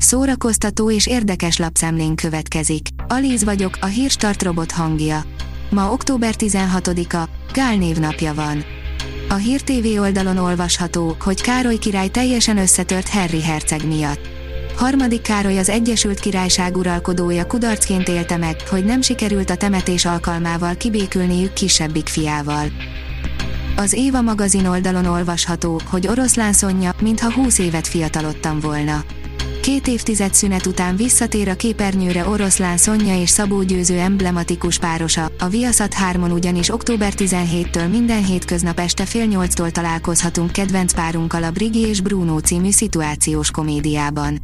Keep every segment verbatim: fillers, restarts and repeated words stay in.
szórakoztató és érdekes lapszemlén következik. Alíz vagyok, a Hírstart robot hangja. Ma október tizenhatodika, Gál névnapja van. A Hír té vé oldalon olvasható, hogy Károly király teljesen összetört Harry herceg miatt. Harmadik Károly az Egyesült Királyság uralkodója kudarcként élte meg, hogy nem sikerült a temetés alkalmával kibékülniük kisebbik fiával. Az Éva magazin oldalon olvasható, hogy Oroszlán Szonya, mintha húsz évet fiatalodtam volna. Két évtized szünet után visszatér a képernyőre Oroszlán Szonya és Szabó Győző emblematikus párosa, a Viaszat hármon ugyanis október tizenhétedikétől minden hétköznap este fél nyolctól találkozhatunk kedvenc párunkkal a Brigi és Bruno című szituációs komédiában.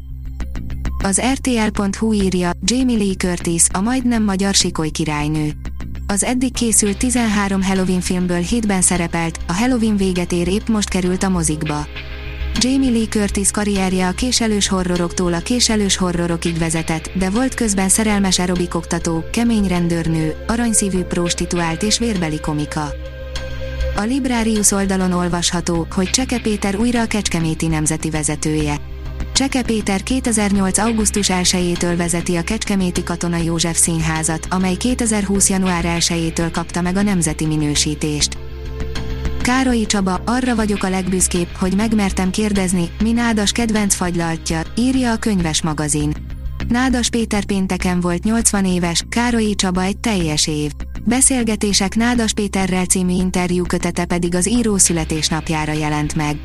Az er té el pont hú írja, Jamie Lee Curtis, a majdnem magyar sikoly királynő. Az eddig készült tizenhárom Halloween filmből hétben szerepelt, a Halloween véget ér épp most került a mozikba. Jamie Lee Curtis karrierje a késelős horroroktól a késelős horrorokig vezetett, de volt közben szerelmes aerobik oktató, kemény rendőrnő, aranyszívű prostituált és vérbeli komika. A Librarius oldalon olvasható, hogy Cseke Péter újra a Kecskeméti nemzeti vezetője. Cseke Péter kétezer-nyolc augusztus elsejétől vezeti a Kecskeméti Katona József Színházat, amely kétezer-húsz január elsejétől kapta meg a nemzeti minősítést. Károlyi Csaba, arra vagyok a legbüszkébb, hogy megmertem kérdezni, mi Nádas kedvenc fagylaltja, írja a Könyves magazin. Nádas Péter pénteken volt nyolcvan éves, Károlyi Csaba egy teljes év. Beszélgetések Nádas Péterrel című interjú kötete pedig az író születésnapjára jelent meg.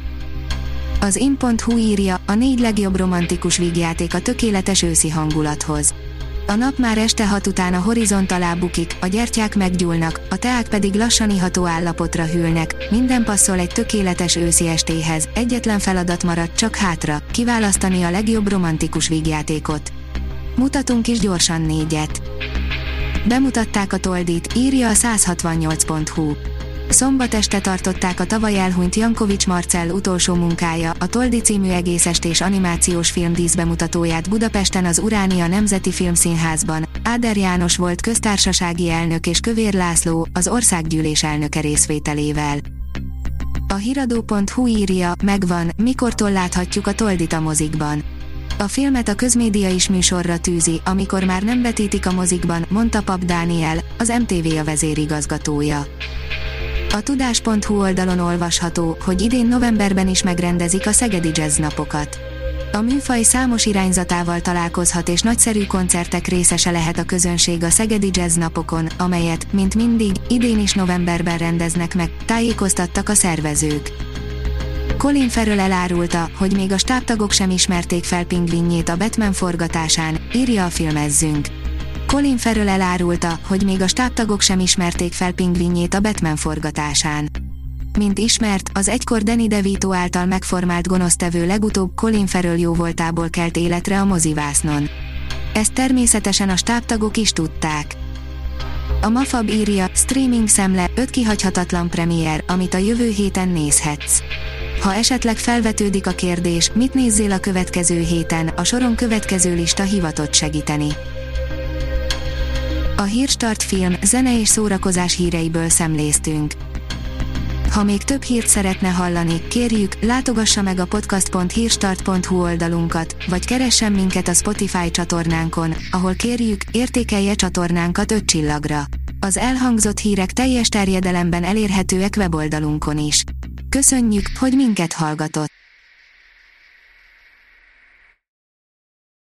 Az in pont hú írja, a négy legjobb romantikus vígjáték a tökéletes őszi hangulathoz. A nap már este hat után a horizont alá bukik, a gyertyák meggyúlnak, a teák pedig lassan iható állapotra hűlnek, minden passzol egy tökéletes őszi estéhez, egyetlen feladat maradt csak hátra, kiválasztani a legjobb romantikus vígjátékot. Mutatunk is gyorsan négyet. Bemutatták a Toldit, írja a száz hatvannyolc pont hú. Szombat este tartották a tavaly elhunyt Jankovics Marcell utolsó munkája, a Toldi című egészestés animációs film díszbemutatóját Budapesten az Uránia Nemzeti Filmszínházban. Áder János volt köztársasági elnök és Kövér László, az országgyűlés elnöke részvételével. A hiradó pont hú írja, megvan, mikortól láthatjuk a Toldit a mozikban. A filmet a Közmédia is műsorra tűzi, amikor már nem vetítik a mozikban, mondta Pap Dániel, az em té vé a vezérigazgatója. A tudás pont hú oldalon olvasható, hogy idén novemberben is megrendezik a Szegedi Jazz napokat. A műfaj számos irányzatával találkozhat és nagyszerű koncertek részese lehet a közönség a Szegedi Jazz napokon, amelyet, mint mindig, idén is novemberben rendeznek meg, tájékoztattak a szervezők. Colin Farrell elárulta, hogy még a stábtagok sem ismerték fel pingvinjét a Batman forgatásán, írja a Filmezzünk. Colin Farrell elárulta, hogy még a stábtagok sem ismerték fel pingvinjét a Batman forgatásán. Mint ismert, az egykor Danny DeVito által megformált gonosztevő legutóbb Colin Farrell jóvoltából kelt életre a mozivásznon. Ezt természetesen a stábtagok is tudták. A Mafab írja, streaming szemle, öt kihagyhatatlan premier, amit a jövő héten nézhetsz. Ha esetleg felvetődik a kérdés, mit nézzél a következő héten, a soron következő lista hivatott segíteni. A Hírstart film, zene és szórakozás híreiből szemléztünk. Ha még több hírt szeretne hallani, kérjük, látogassa meg a podcast pont hírstart pont hú oldalunkat, vagy keressen minket a Spotify csatornánkon, ahol kérjük, értékelje csatornánkat öt csillagra. Az elhangzott hírek teljes terjedelemben elérhetőek weboldalunkon is. Köszönjük, hogy minket hallgatott!